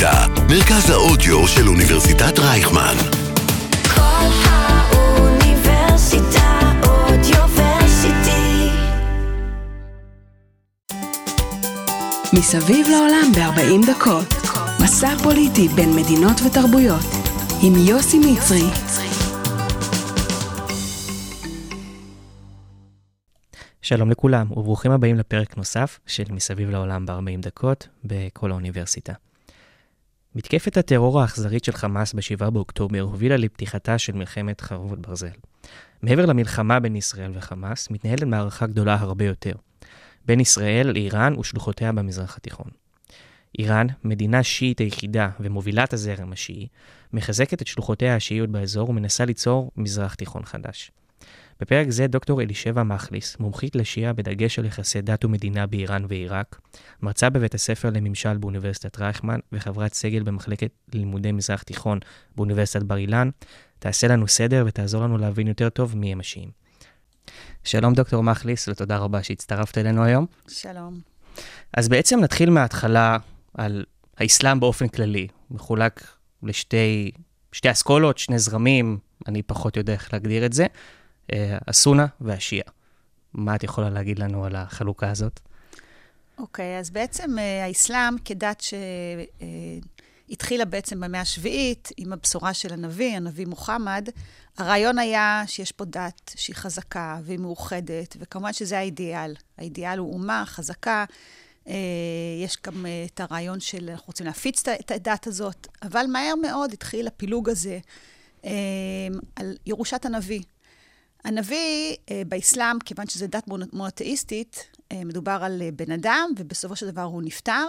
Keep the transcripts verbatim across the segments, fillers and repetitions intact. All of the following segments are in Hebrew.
האוניברסיטה, מרכז האודיו של אוניברסיטת רייכמן. כל האוניברסיטה אודיוורסיטי. מסביב לעולם ב-ארבעים דקות. מסע פוליטי בין מדינות ותרבויות. עם יוסי מצרי. שלום לכולם וברוכים הבאים לפרק נוסף של מסביב לעולם ב-ארבעים דקות בכל האוניברסיטה. מתקפת הטרור האכזרית של חמאס בשבעה באוקטובר הובילה לפתיחתה של מלחמת חרבות ברזל. מעבר למלחמה בין ישראל וחמאס מתנהלת מערכה גדולה הרבה יותר. בין ישראל לאיראן ושלוחותיה במזרח התיכון. איראן, מדינה שיעית היחידה ומובילת הזרם השיעי, מחזקת את שלוחותיה השיעיות באזור ומנסה ליצור מזרח תיכון חדש. בפרק זה דוקטור אלישבע מחליס, מומחית לשיעה בדגש על יחסי דת ומדינה באיראן ועיראק, מרצה בבית הספר לממשל באוניברסיטת רייכמן וחברת סגל במחלקת לימודי מזרח תיכון באוניברסיטת בר אילן, תעשה לנו סדר ותעזור לנו להבין יותר טוב מי הם השיעים. שלום דוקטור מחליס, ותודה רבה שהצטרפת אלינו היום. שלום. אז בעצם נתחיל מההתחלה על האסלאם באופן כללי, מחולק לשתי שתי אסכולות, שני זרמים, אני פחות יודע איך להגדיר את זה, הסונה והשיעה. מה את יכולה להגיד לנו על החלוקה הזאת? אוקיי, אז בעצם האסלאם כדת שהתחילה בעצם במאה השביעית עם הבשורה של הנביא, הנביא מוחמד, הרעיון היה שיש פה דת שהיא חזקה והיא מאוחדת, וכמובן שזה האידיאל. האידיאל הוא אומה חזקה, יש גם את הרעיון של אנחנו רוצים להפיץ את הדת הזאת, אבל מהר מאוד התחיל הפילוג הזה על ירושת הנביא. הנביא באסלאם, כיוון שזו דת מונותאיסטית, מדובר על בן אדם, ובסופו של דבר הוא נפטר,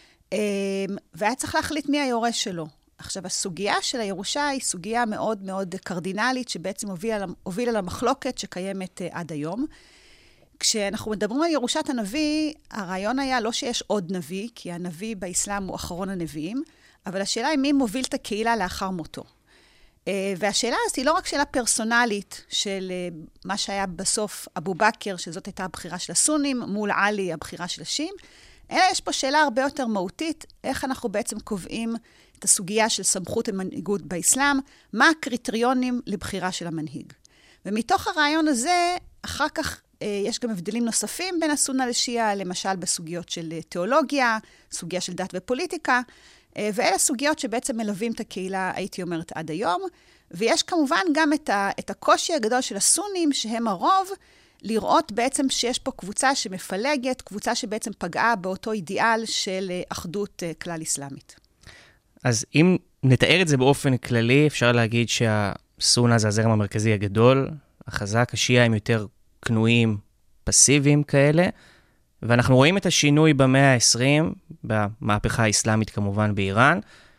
והיה צריך להחליט מי היורש שלו. עכשיו, הסוגיה של הירושה היא סוגיה מאוד מאוד קרדינלית, שבעצם הובילה, הובילה למחלוקת שקיימת עד היום. כשאנחנו מדברים על ירושת הנביא, הרעיון היה לא שיש עוד נביא, כי הנביא באסלאם הוא אחרון הנביאים, אבל השאלה היא מי מוביל את הקהילה לאחר מותו. והשאלה הזאת היא לא רק שאלה פרסונלית של מה שהיה בסוף אבו בכר, שזאת הייתה הבחירה של הסונים, מול עלי, הבחירה של השיעים, אלא יש פה שאלה הרבה יותר מהותית, איך אנחנו בעצם קובעים את הסוגיה של סמכות המנהיגות באסלאם, מה הקריטריונים לבחירה של המנהיג. ומתוך הרעיון הזה, אחר כך יש גם הבדלים נוספים בין הסונה לשיעה, למשל בסוגיות של תיאולוגיה, סוגיה של דת ופוליטיקה, ואלה סוגיות שבעצם מלווים את הקהילה, הייתי אומרת, עד היום. ויש כמובן גם את, ה, את הקושי הגדול של הסונים, שהם הרוב, לראות בעצם שיש פה קבוצה שמפלגת, קבוצה שבעצם פגעה באותו אידיאל של אחדות כלל אסלאמית. אז אם נתאר את זה באופן כללי, אפשר להגיד שהסונה זה הזרם המרכזי הגדול, החזק, השיעה הם יותר כנועים, פסיביים כאלה, ואנחנו רואים את השינוי במאה ה-עשרים, במהפכה האסלאמית כמובן באיראן,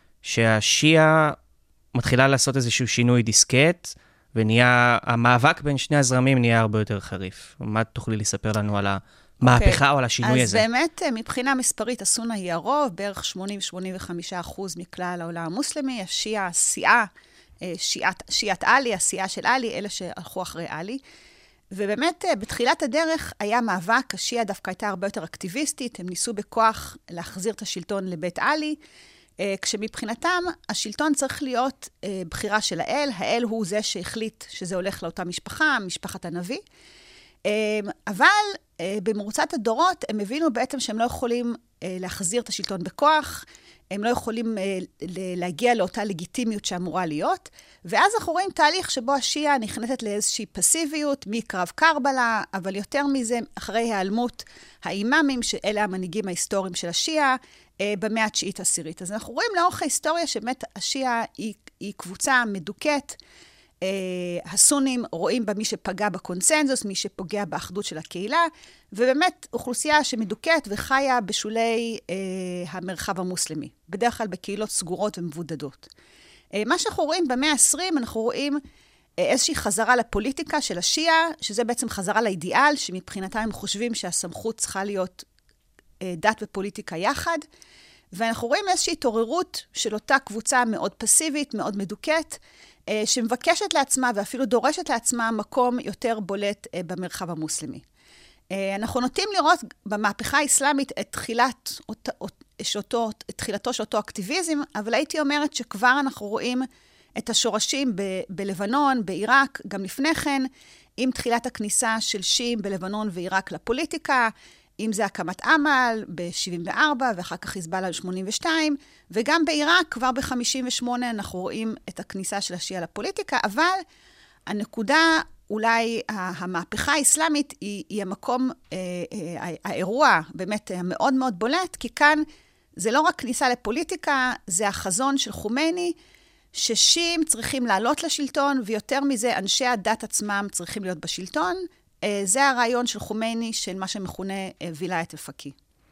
שהשיעה מתחילה לעשות איזשהו שינוי דיסקט, ונהיה, המאבק בין שני הזרמים נהיה הרבה יותר חריף. מה תוכלי לספר לנו על המהפכה okay. או על השינוי אז הזה? אז באמת, מבחינה מספרית, הסונה היא הרוב, בערך שמונים עד שמונים וחמישה אחוז מכלל העולם המוסלמי, השיעה, הסיעה, שיעת, שיעת עלי, הסיעה של עלי, אלה שהלכו אחרי עלי. ובאמת, בתחילת הדרך היה מאבק, השיעה דווקא הייתה הרבה יותר אקטיביסטית, הם ניסו בכוח להחזיר את השלטון לבית עלי, כשמבחינתם השלטון צריך להיות בחירה של האל, האל הוא זה שהחליט שזה הולך לאותה משפחה, משפחת הנביא, אבל במרוצת הדורות הם הבינו בעצם שהם לא יכולים להחזיר את השלטון בכוח, הם לא יכולים להגיע לאותה לגיטימיות שאמורה להיות, ואז אנחנו רואים תהליך שבו השיעה נכנסת לאיזושהי פסיביות, מקרב קרבלה, אבל יותר מזה, אחרי העלמות האימאמים, שאלה המנהיגים ההיסטוריים של השיעה, במאה התשיעית עשירית. אז אנחנו רואים לאורך ההיסטוריה שבאמת השיעה היא, היא קבוצה מדוכאת, הסונים רואים בה מי שפגע בקונסנזוס, מי שפוגע באחדות של הקהילה, ובאמת אוכלוסייה שמדוכאת וחיה בשולי אה, המרחב המוסלמי, בדרך כלל בקהילות סגורות ומבודדות. אה, מה שאנחנו רואים במאה ה-עשרים, אנחנו רואים אה, איזושהי חזרה לפוליטיקה של השיעה, שזה בעצם חזרה לאידיאל, שמבחינתם הם חושבים שהסמכות צריכה להיות אה, דת ופוליטיקה יחד, ואנחנו רואים איזושהי התעוררות של אותה קבוצה מאוד פסיבית, מאוד מדוכאת, שמבקשת לעצמה ואפילו דורשת לעצמה מקום יותר בולט במרחב המוסלמי. אנחנו נוטים לראות במהפכה האסלאמית את תחילת שאותו, תחילתו של אותו אקטיביזם, אבל הייתי אומרת שכבר אנחנו רואים את השורשים ב- בלבנון, בעיראק, גם לפני כן, עם תחילת הכניסה של שיעים בלבנון ועיראק לפוליטיקה, אם זה הקמת עמל ב-שבעים וארבע, ואחר כך חיזבאללה ב-שמונים ושתיים, וגם בעיראק כבר ב-חמישים ושמונה אנחנו רואים את הכניסה של השיעה לפוליטיקה, אבל הנקודה, אולי המהפכה האסלאמית, היא, היא המקום, אה, אה, האירוע באמת המאוד מאוד בולט, כי כאן זה לא רק כניסה לפוליטיקה, זה החזון של חומייני, ששיעים צריכים לעלות לשלטון, ויותר מזה, אנשי הדת עצמם צריכים להיות בשלטון. זה הרעיון של חומייני, של מה שמכונה וילאיית אל-פקיה.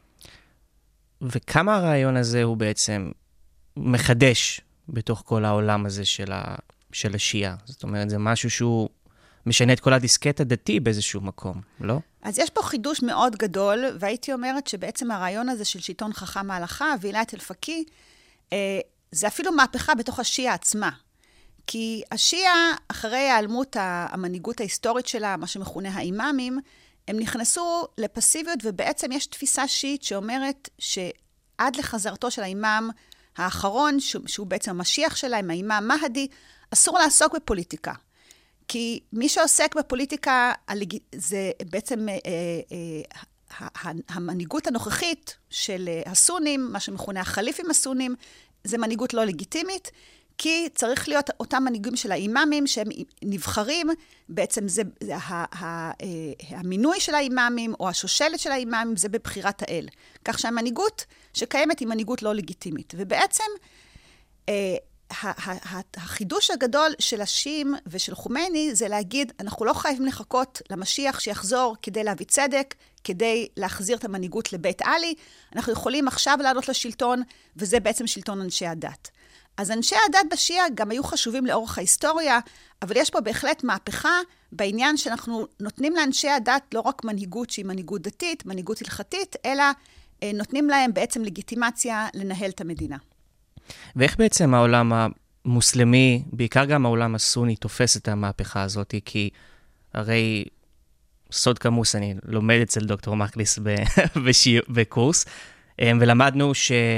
וכמה הרעיון הזה הוא בעצם מחדש בתוך כל העולם הזה של, ה... של השיעה? זאת אומרת, זה משהו שהוא משנה את כל הדיסקט הדתי באיזשהו מקום, לא? אז יש פה חידוש מאוד גדול, והייתי אומרת שבעצם הרעיון הזה של שלטון חכם ההלכה, וילאיית אל-פקיה, זה אפילו מהפכה בתוך השיעה עצמה. כי השיעה, אחרי העלמות המנהיגות ההיסטורית שלה, מה שמכונה האימאמים, הם נכנסו לפסיביות, ובעצם יש תפיסה שיעית שאומרת שעד לחזרתו של האימאם האחרון, שהוא בעצם המשיח שלהם, האימאם מהדי, אסור לעסוק בפוליטיקה. כי מי שעוסק בפוליטיקה, זה בעצם המנהיגות הנוכחית של הסונים, מה שמכונה החליפים הסונים, זה מנהיגות לא לגיטימית, כי צריך להיות אותם מנהיגים של האימאמים שהם נבחרים, בעצם זה, זה ה, ה, המינוי של האימאמים או השושלת של האימאמים זה בבחירת האל. כך שהמנהיגות שקיימת היא מנהיגות לא לגיטימית. ובעצם החידוש הגדול של השיעים ושל חומייני זה להגיד, אנחנו לא חייבים לחכות למשיח שיחזור כדי להביא צדק, כדי להחזיר את המנהיגות לבית עלי, אנחנו יכולים עכשיו לעלות לשלטון, וזה בעצם שלטון אנשי הדת. אז אנשי הדת בשיעה גם היו חשובים לאורך ההיסטוריה, אבל יש פה בהחלט מהפכה בעניין שאנחנו נותנים לאנשי הדת לא רק מנהיגות שהיא מנהיגות דתית, מנהיגות הלכתית, אלא נותנים להם בעצם לגיטימציה לנהל את המדינה. ואיך בעצם העולם המוסלמי, בעיקר גם העולם הסוני, תופס את המהפכה הזאת? כי הרי סוד כמוס, אני לומד אצל דוקטור מקליס בקורס, ולמדנו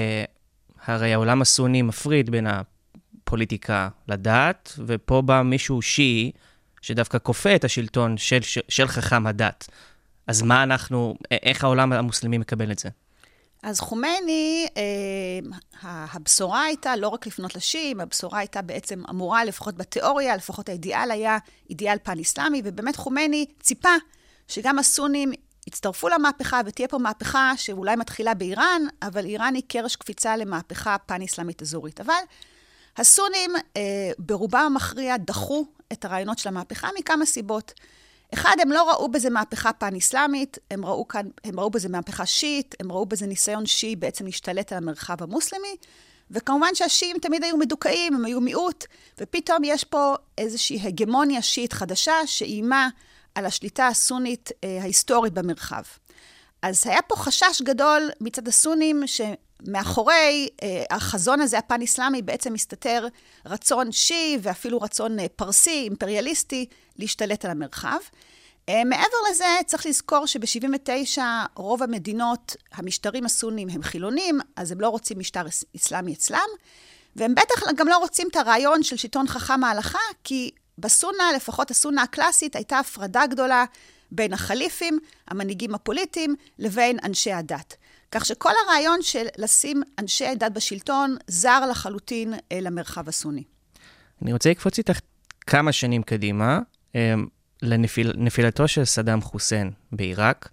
שהרי העולם הסוני מפריד בין הפוליטיקה לדת, ופה בא מישהו שיעי, שדווקא כופה את השלטון של, של חכם הדת. אז מה אנחנו, איך העולם המוסלמי מקבל את זה? אז חומייני, אה, הבשורה הייתה לא רק לפנות לשיעים, הבשורה הייתה בעצם אמורה, לפחות בתיאוריה, לפחות האידיאל היה אידיאל פן-אסלאמי, ובאמת חומייני ציפה שגם הסונים יצטרפו למהפכה, ותהיה פה מהפכה שאולי מתחילה באיראן, אבל איראן היא קרש קפיצה למהפכה פן-אסלאמית אזורית. אבל הסונים אה, ברובם המכריע דחו את הרעיונות של המהפכה מכמה סיבות. אחד, הם לא ראו בזה מהפכה פן-אסלאמית, הם ראו כאן, הם ראו בזה מהפכה שיעית, הם ראו בזה ניסיון שיעי בעצם להשתלט על המרחב המוסלמי, וכמובן שהשיעים תמיד היו מדוכאים, הם היו מיעוט, ופתאום יש פה איזושהי הגמוניה שיעית חדשה, שאיימה על השליטה הסונית אה, ההיסטורית במרחב. אז היה פה חשש גדול מצד הסונים, שמאחורי אה, החזון הזה, הפן-אסלאמי, בעצם מסתתר רצון שיעי, ואפילו רצון אה, פרסי, אימפריאליסטי, להשתלט על המרחב. אה, מעבר לזה, צריך לזכור שב-שבעים ותשע רוב המדינות, המשטרים הסונים הם חילונים, אז הם לא רוצים משטר אסלאמי אצלם, והם בטח גם לא רוצים את הרעיון של שלטון חכם ההלכה, כי בסונה, לפחות הסונה הקלאסית, הייתה הפרדה גדולה בין החליפים, המנהיגים הפוליטיים, לבין אנשי הדת. כך שכל הרעיון של לשים אנשי הדת בשלטון, זר לחלוטין למרחב הסוני. אני רוצה לקפוץ איתך כמה שנים קדימה, לנפילתו של סדאם חוסיין בעיראק,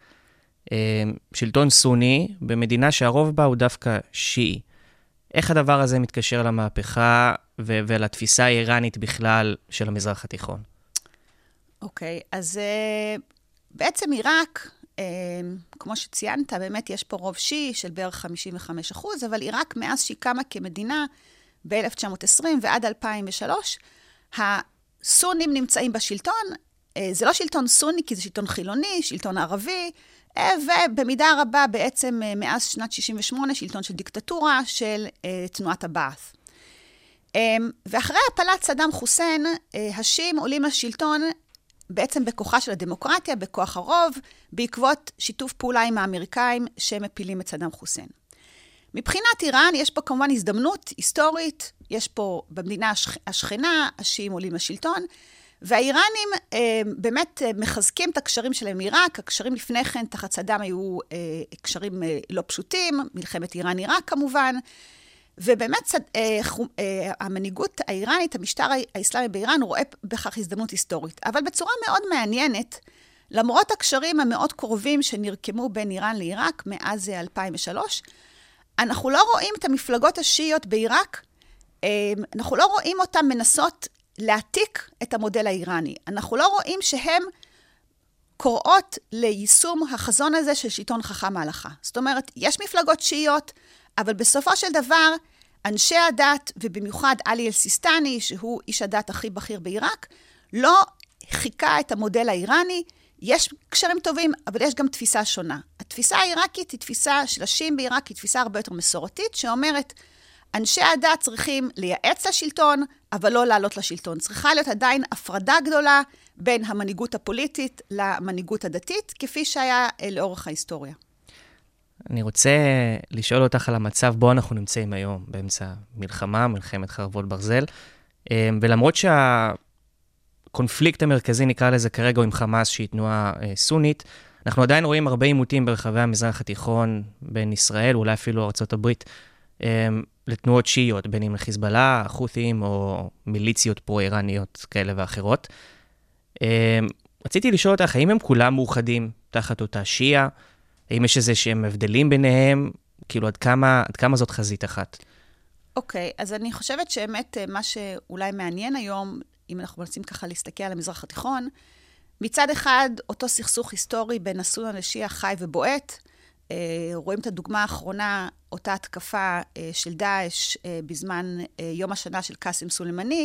שלטון סוני במדינה שהרוב בה הוא דווקא שיעי. איך הדבר הזה מתקשר למהפכה ו- ולתפיסה האיראנית בכלל של המזרח התיכון? אוקיי, okay, אז uh, בעצם עיראק, uh, כמו שציינת, באמת יש פה רוב שיעי של בערך חמישים וחמישה אחוז, אבל עיראק מאז שהיא קמה כמדינה ב-אלף תשע מאות עשרים ועד אלפיים ושלוש, הסונים נמצאים בשלטון, uh, זה לא שלטון סוני, כי זה שלטון חילוני, שלטון ערבי, uh, ובמידה רבה בעצם uh, מאז שנת שישים ושמונה, שלטון של דיקטטורה של uh, תנועת הבעת'. ואחרי הפלת סדאם חוסיין, השיעים עולים לשלטון בעצם בכוחה של הדמוקרטיה, בכוח הרוב, בעקבות שיתוף פעולה עם האמריקאים שמפילים את סדאם חוסיין. מבחינת איראן, יש פה כמובן הזדמנות היסטורית, יש פה במדינה השכנה, השיעים עולים לשלטון, והאיראנים אה, באמת אה, מחזקים את הקשרים שלהם מעיראק, הקשרים לפני כן תחת סדאם היו אה, קשרים אה, לא פשוטים, מלחמת איראן-עיראק כמובן, ובאמת אה, אה, המנהיגות האיראנית, המשטר האסלאמי באיראן, רואה בכך הזדמנות היסטורית. אבל בצורה מאוד מעניינת, למרות הקשרים המאוד קרובים שנרקמו בין איראן לעיראק מאז אלפיים ושלוש, אנחנו לא רואים את המפלגות השיעיות בעיראק, אה, אנחנו לא רואים אותן מנסות להעתיק את המודל האיראני. אנחנו לא רואים שהן קוראות ליישום החזון הזה של שלטון חכם ההלכה. זאת אומרת, יש מפלגות שיעיות, אבל בסופו של דבר, אנשי הדת, ובמיוחד עלי אל-סיסטני, שהוא איש הדת הכי בכיר בעיראק, לא חיכה את המודל האיראני. יש קשרים טובים, אבל יש גם תפיסה שונה. התפיסה העיראקית היא תפיסה של השיעים בעיראק, היא תפיסה הרבה יותר מסורתית, שאומרת, אנשי הדת צריכים לייעץ לשלטון, אבל לא לעלות לשלטון. צריכה להיות עדיין הפרדה גדולה בין המנהיגות הפוליטית למנהיגות הדתית, כפי שהיה לאורך ההיסטוריה. אני רוצה לשאול אותך על המצב בו אנחנו נמצאים היום, באמצע מלחמה, מלחמת חרבות ברזל, ולמרות שהקונפליקט המרכזי, נקרא לזה כרגע, הוא עם חמאס, שהיא תנועה סונית, אנחנו עדיין רואים הרבה עימותים ברחבי המזרח התיכון, בין ישראל, אולי אפילו ארצות הברית, לתנועות שיעיות, בין אם לחיזבאללה, חות'ים או מיליציות פרו-איראניות כאלה ואחרות. רציתי לשאול אותך, האם הם כולם מאוחדים תחת אותה שיעה? האם יש איזה שהם הבדלים ביניהם? כאילו, עד כמה, עד כמה זאת חזית אחת? אוקיי, אז אני חושבת שבאמת מה שאולי מעניין היום, אם אנחנו מנסים ככה להסתכל על המזרח התיכון, מצד אחד, אותו סכסוך היסטורי בין הסונה לשיעה חי ובועט, רואים את הדוגמה האחרונה, אותה התקפה של דאעש בזמן יום השנה של קאסם סולימני,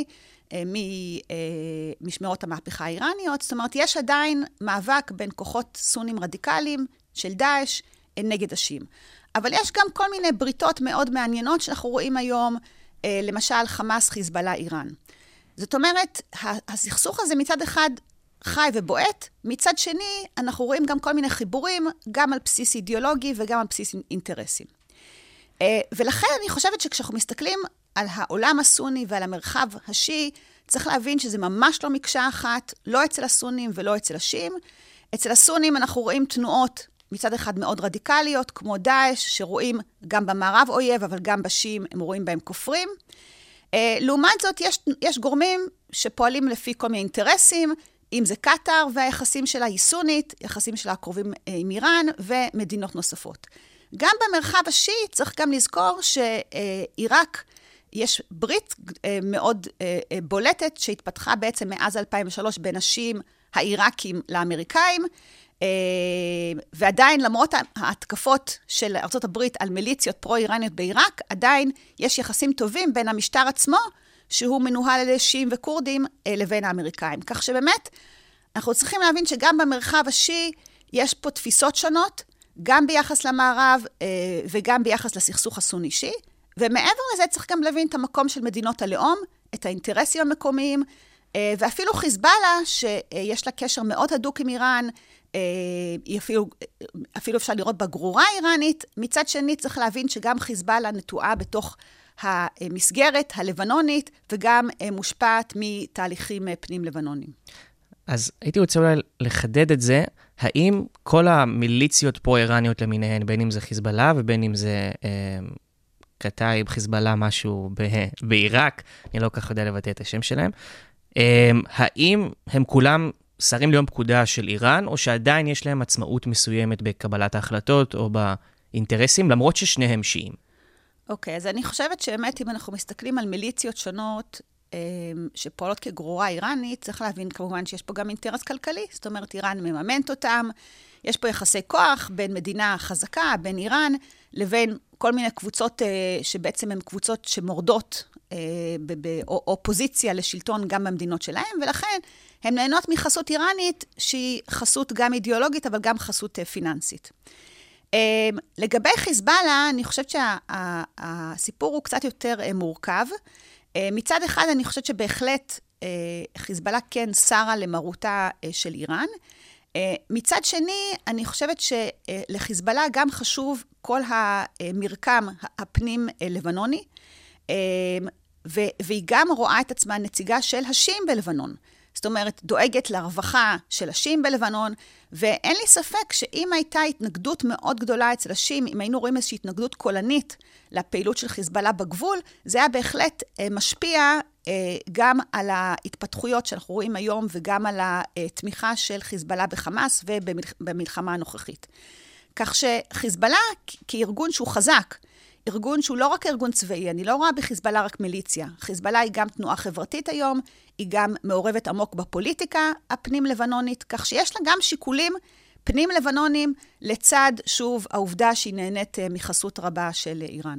ממשמרות המהפכה האיראניות. זאת אומרת, יש עדיין מאבק בין כוחות סונים רדיקליים של דאעש נגד השיעים. אבל יש גם כל מיני בריתות מאוד מעניינות שאנחנו רואים היום, למשל חמאס, חיזבאללה, איראן. זאת אומרת, הסכסוך הזה מצד אחד חי ובועט, מצד שני אנחנו רואים גם כל מיני חיבורים, גם על בסיס אידיאולוגי וגם על בסיס אינטרסים. ולכן אני חושבת שכשאנחנו מסתכלים על העולם הסוני ועל המרחב השיעי, צריך להבין שזה ממש לא מקשה אחת, לא אצל הסונים ולא אצל השיעים. אצל הסונים אנחנו רואים תנועות מצד אחד מאוד רדיקליות, כמו דאעש, שרואים גם במערב אויב, אבל גם בשיעים הם רואים בהם כופרים. לעומת זאת, יש, יש גורמים שפועלים לפי כל מיני אינטרסים, אם זה קטר והיחסים שלה היא סונית, יחסים שלה קרובים עם איראן ומדינות נוספות. גם במרחב השיעי צריך גם לזכור שעיראק, יש ברית מאוד בולטת שהתפתחה בעצם מאז אלפיים ושלוש בין השיעים העיראקים לאמריקאים, ועדיין למרות ההתקפות של ארצות הברית על מיליציות פרו-איראניות בעיראק, עדיין יש יחסים טובים בין המשטר עצמו, שהוא מנוהל על ידי שיעים וקורדים לבין האמריקאים. כך שבאמת אנחנו צריכים להבין שגם במרחב השיעי יש פה תפיסות שונות, גם ביחס למערב וגם ביחס לסכסוך הסוני-שיעי, ומעבר לזה צריך גם להבין את המקום של מדינות הלאום, את האינטרסים המקומיים, ואפילו חיזבאללה, שיש לה קשר מאוד הדוק עם איראן, אפילו, אפילו אפשר לראות בגרורה האיראנית, מצד שני צריך להבין שגם חיזבאללה נטועה בתוך המסגרת הלבנונית, וגם מושפעת מתהליכים פנים לבנונים. אז הייתי רוצה אולי לחדד את זה, האם כל המיליציות פרו-איראניות למיניהן, בין אם זה חיזבאללה ובין אם זה אה, קטאיב, חיזבאללה, משהו ב- בעיראק, אני לא כך יודע לבטא את השם שלהם, אה, האם הם כולם שרים ליום פקודה של איראן, או שעדיין יש להם עצמאות מסוימת בקבלת ההחלטות או באינטרסים, למרות ששניהם שיעים? אוקיי, אז אני חושבת שבאמת אם אנחנו מסתכלים על מיליציות שונות, שפועלות כגרורה איראנית, צריך להבין כמובן שיש פה גם אינטרס כלכלי, זאת אומרת איראן מממנת אותם, יש פה יחסי כוח בין מדינה חזקה, בין איראן, לבין כל מיני קבוצות שבעצם הן קבוצות שמורדות באופוזיציה לשלטון גם במדינות שלהם, ולכן הן נהנות מחסות איראנית שהיא חסות גם אידיאולוגית, אבל גם חסות פיננסית. לגבי חיזבאללה, אני חושבת שהסיפור הוא קצת יותר מורכב. מצד אחד, אני חושבת שבהחלט חיזבאללה כן סרה למרותה של איראן, מצד שני, אני חושבת שלחיזבאללה גם חשוב כל המרקם הפנים-לבנוני, והיא גם רואה את עצמה נציגה של השיעים בלבנון. זאת אומרת, דואגת לרווחה של השיעים בלבנון, ואין לי ספק שאם הייתה התנגדות מאוד גדולה אצל השיעים, אם היינו רואים איזושהי התנגדות קולנית לפעילות של חיזבאללה בגבול, זה היה בהחלט משפיע גם על ההתפתחויות שאנחנו רואים היום, וגם על התמיכה של חיזבאללה בחמאס ובמלחמה הנוכחית. כך שחיזבאללה כארגון שהוא חזק, ארגון שהוא לא רק ארגון צבאי, אני לא רואה בחיזבאללה רק מיליציה. חיזבאללה היא גם תנועה חברתית היום, היא גם מעורבת עמוק בפוליטיקה הפנים-לבנונית, כך שיש לה גם שיקולים פנים-לבנונים, לצד, שוב, העובדה שהיא נהנית מחסות רבה של איראן.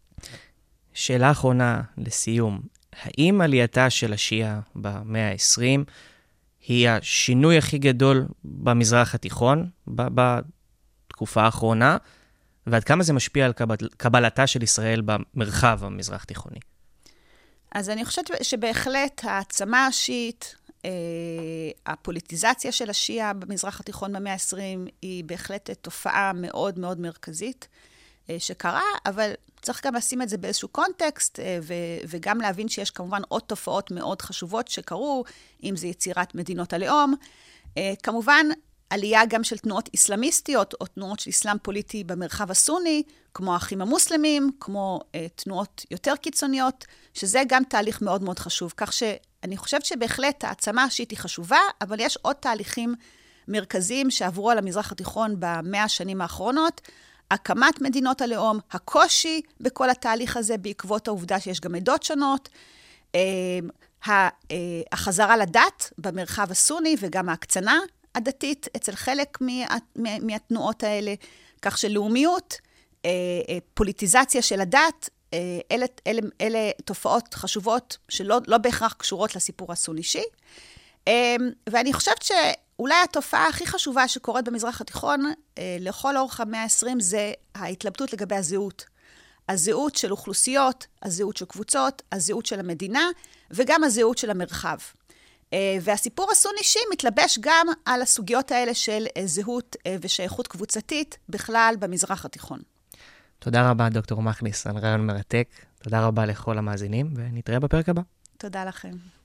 שאלה אחרונה לסיום, האם עלייתה של השיעה במאה ה-עשרים היא השינוי הכי גדול במזרח התיכון, בתקופה האחרונה, ועד כמה זה משפיע על קבלתה של ישראל במרחב המזרח תיכוני? אז אני חושבת שבהחלט העצמה השיעית, הפוליטיזציה של השיעה במזרח התיכון במאה ה-עשרים, היא בהחלט תופעה מאוד מאוד מרכזית שקרה, אבל צריך גם לשים את זה באיזשהו קונטקסט, וגם להבין שיש כמובן עוד תופעות מאוד חשובות שקרו, אם זה יצירת מדינות הלאום. כמובן, עלייה גם של תנועות איסלאמיסטיות, או תנועות של איסלאם פוליטי במרחב הסוני, כמו האחים המוסלמים, כמו אה, תנועות יותר קיצוניות, שזה גם תהליך מאוד מאוד חשוב. כך שאני חושבת שבהחלט העצמה השיעית היא חשובה, אבל יש עוד תהליכים מרכזיים שעברו על המזרח התיכון במאה השנים האחרונות, הקמת מדינות הלאום, הקושי בכל התהליך הזה, בעקבות העובדה שיש גם עדות שונות, אה, החזרה לדת במרחב הסוני, וגם ההקצנה הדתית אצל חלק מה, מה, מהתנועות האלה, כך שלאומיות, אה, אה, פוליטיזציה של הדת, אה, אלה, אלה, אלה תופעות חשובות שלא לא בהכרח קשורות לסיפור הסוני-שיעי. אה, ואני חושבת שאולי התופעה הכי חשובה שקורית במזרח התיכון, אה, לכל אורך המאה ה-עשרים, זה ההתלבטות לגבי הזהות. הזהות של אוכלוסיות, הזהות של קבוצות, הזהות של המדינה, וגם הזהות של המרחב. והסיפור הסוני-שיעי מתלבש גם על הסוגיות האלה של זהות ושייכות קבוצתית בכלל במזרח התיכון. תודה רבה, דוקטור מכניס, על רעיון מרתק. תודה רבה לכל המאזינים, ונתראה בפרק הבא. תודה לכם.